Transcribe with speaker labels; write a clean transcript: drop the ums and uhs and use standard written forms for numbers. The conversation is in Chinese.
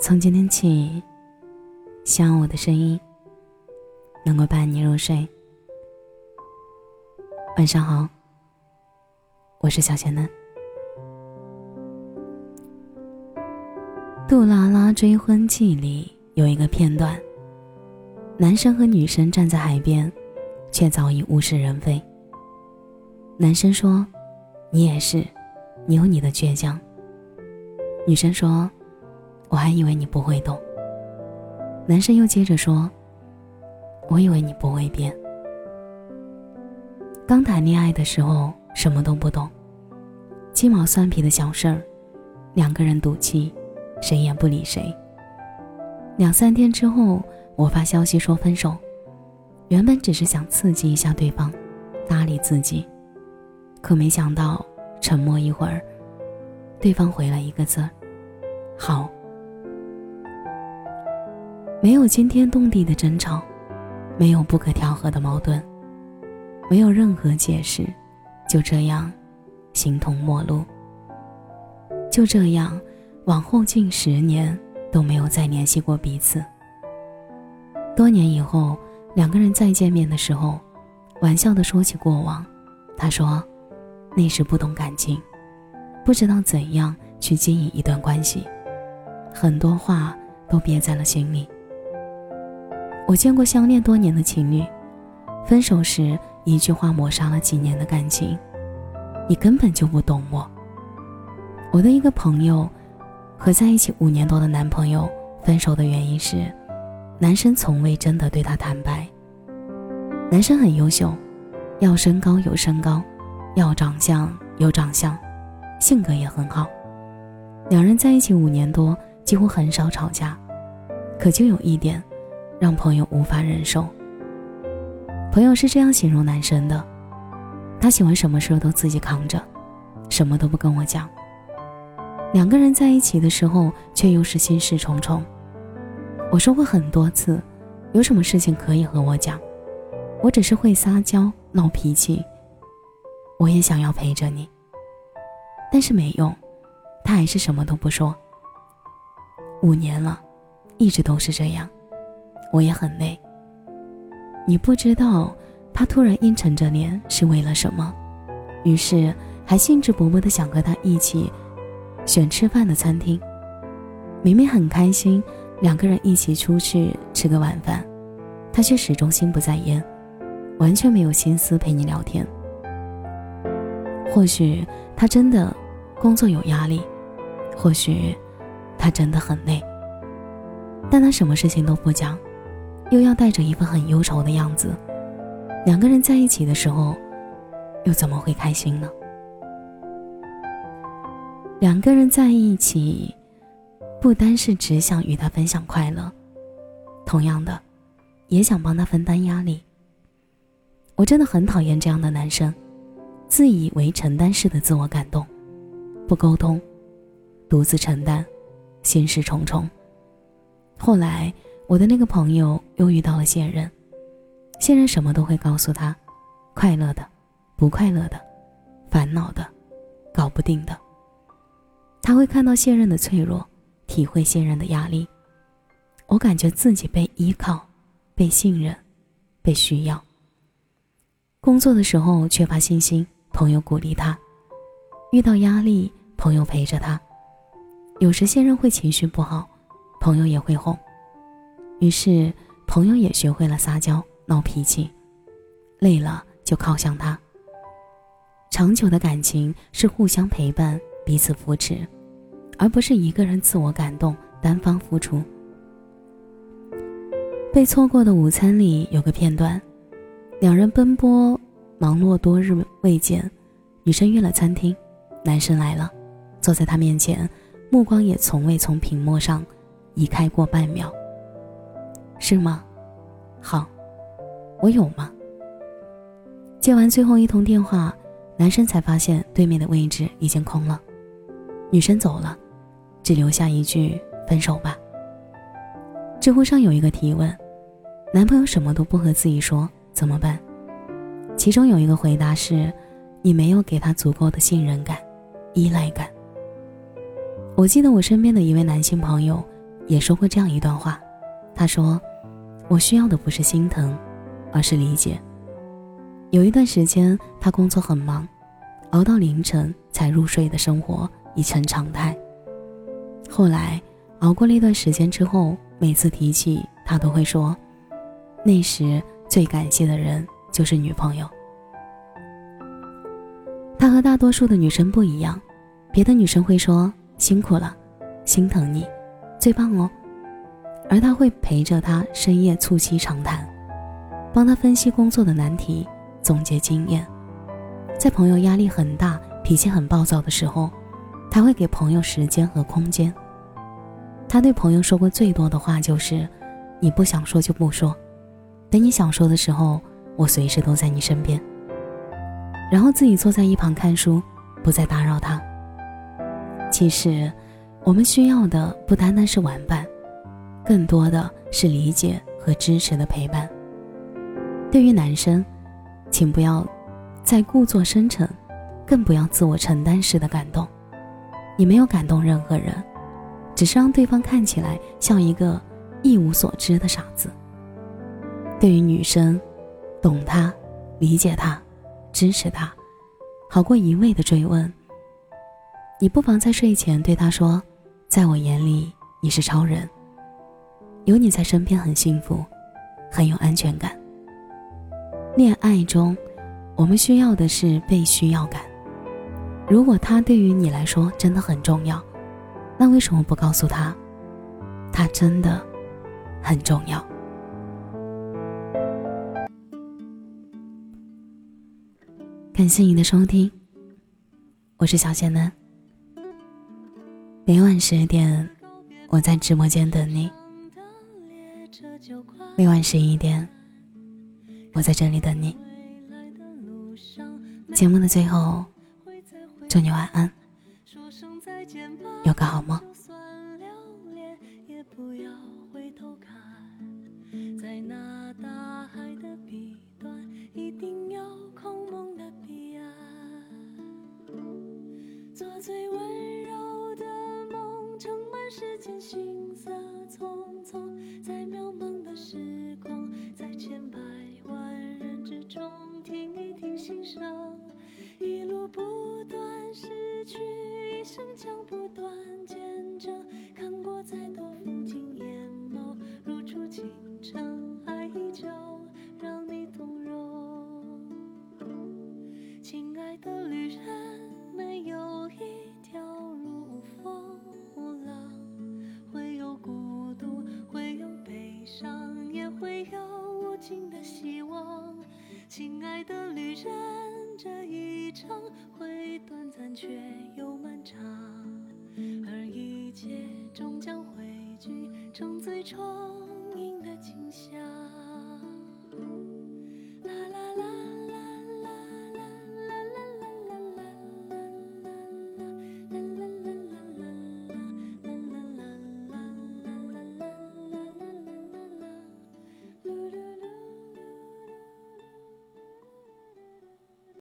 Speaker 1: 从今天起，希望我的声音能够伴你入睡。晚上好，我是小仙嫩。杜拉拉追婚记里有一个片段，男生和女生站在海边，却早已物是人非。男生说，你也是，你有你的倔强。女生说，我还以为你不会懂。男生又接着说，我以为你不会变。刚谈恋爱的时候什么都不懂，鸡毛蒜皮的小事儿，两个人赌气，谁也不理谁。2-3天之后，我发消息说分手，原本只是想刺激一下对方，搭理自己，可没想到沉默一会儿，对方回了一个字，好。没有惊天动地的争吵，没有不可调和的矛盾，没有任何解释，就这样形同陌路。就这样往后近10年都没有再联系过彼此。多年以后，两个人再见面的时候，玩笑地说起过往。他说，那时不懂感情，不知道怎样去经营一段关系，很多话都憋在了心里。我见过相恋多年的情侣，分手时一句话抹杀了几年的感情，你根本就不懂我。我的一个朋友和在一起5年多的男朋友分手的原因是，男生从未真的对她坦白。男生很优秀，要身高有身高，要长相有长相，性格也很好。两人在一起5年多，几乎很少吵架，可就有一点让朋友无法忍受。朋友是这样形容男生的，他喜欢什么事都自己扛着，什么都不跟我讲。两个人在一起的时候，却又是心事重重。我说过很多次，有什么事情可以和我讲，我只是会撒娇闹脾气，我也想要陪着你，但是没用，他还是什么都不说。5年了，一直都是这样，我也很累。你不知道他突然阴沉着脸是为了什么，于是还兴致勃勃地想和他一起选吃饭的餐厅。明明很开心，两个人一起出去吃个晚饭，他却始终心不在焉，完全没有心思陪你聊天。或许他真的工作有压力，或许他真的很累，但他什么事情都不讲，又要带着一份很忧愁的样子。两个人在一起的时候，又怎么会开心呢？两个人在一起，不单是只想与他分享快乐，同样的，也想帮他分担压力。我真的很讨厌这样的男生，自以为承担式的自我感动，不沟通，独自承担，心事重重。后来我的那个朋友又遇到了现任，现任什么都会告诉他，快乐的，不快乐的，烦恼的，搞不定的。他会看到现任的脆弱，体会现任的压力。我感觉自己被依靠，被信任，被需要。工作的时候缺乏信心，朋友鼓励他；遇到压力，朋友陪着他。有时现任会情绪不好，朋友也会哄。于是朋友也学会了撒娇闹脾气，累了就靠向他。长久的感情是互相陪伴，彼此扶持，而不是一个人自我感动，单方付出。被错过的午餐里有个片段，两人奔波忙碌多日未见，女生约了餐厅，男生来了，坐在她面前，目光也从未从屏幕上移开过半秒。是吗？好，我有吗？接完最后一通电话，男生才发现对面的位置已经空了，女生走了，只留下一句分手吧。知乎上有一个提问，男朋友什么都不和自己说怎么办？其中有一个回答是，你没有给他足够的信任感、依赖感。我记得我身边的一位男性朋友也说过这样一段话，他说，我需要的不是心疼，而是理解。有一段时间他工作很忙，熬到凌晨才入睡的生活已成常态。后来熬过了一段时间之后，每次提起他都会说，那时最感谢的人就是女朋友。他和大多数的女生不一样，别的女生会说辛苦了，心疼你，最棒哦，而他会陪着他深夜促膝长谈，帮他分析工作的难题，总结经验。在朋友压力很大脾气很暴躁的时候，他会给朋友时间和空间。他对朋友说过最多的话就是你不想说就不说，等你想说的时候，我随时都在你身边。然后自己坐在一旁看书，不再打扰他。其实我们需要的不单单是玩伴，更多的是理解和支持的陪伴。对于男生，请不要再故作深沉，更不要自我承担式的感动。你没有感动任何人，只是让对方看起来像一个一无所知的傻子。对于女生，懂她，理解她，支持她，好过一味的追问。你不妨在睡前对她说，在我眼里你是超人，有你在身边很幸福，很有安全感。恋爱中我们需要的是被需要感，如果他对于你来说真的很重要，那为什么不告诉他，他真的很重要。感谢你的收听，我是小贤男。每晚10点我在直播间等你，每晚11点我在这里等你。节目的最后，祝你晚安，有个好梦。在那大海的彼端，一定有空梦的彼岸，做最温柔的梦，盛满世间行色匆匆，在渺茫的时光，在千百万人之中，听一听心声，一路不断失去，一生将不断见证，看过再多风景眼眸，如初清晨，爱依旧让你动容。亲爱的旅人，没有一条路无风无浪，会有孤独，会有悲伤，也会有无尽的希望。亲爱的旅人，这一程会短暂却又漫长，而一切终将汇聚成最充盈的景象。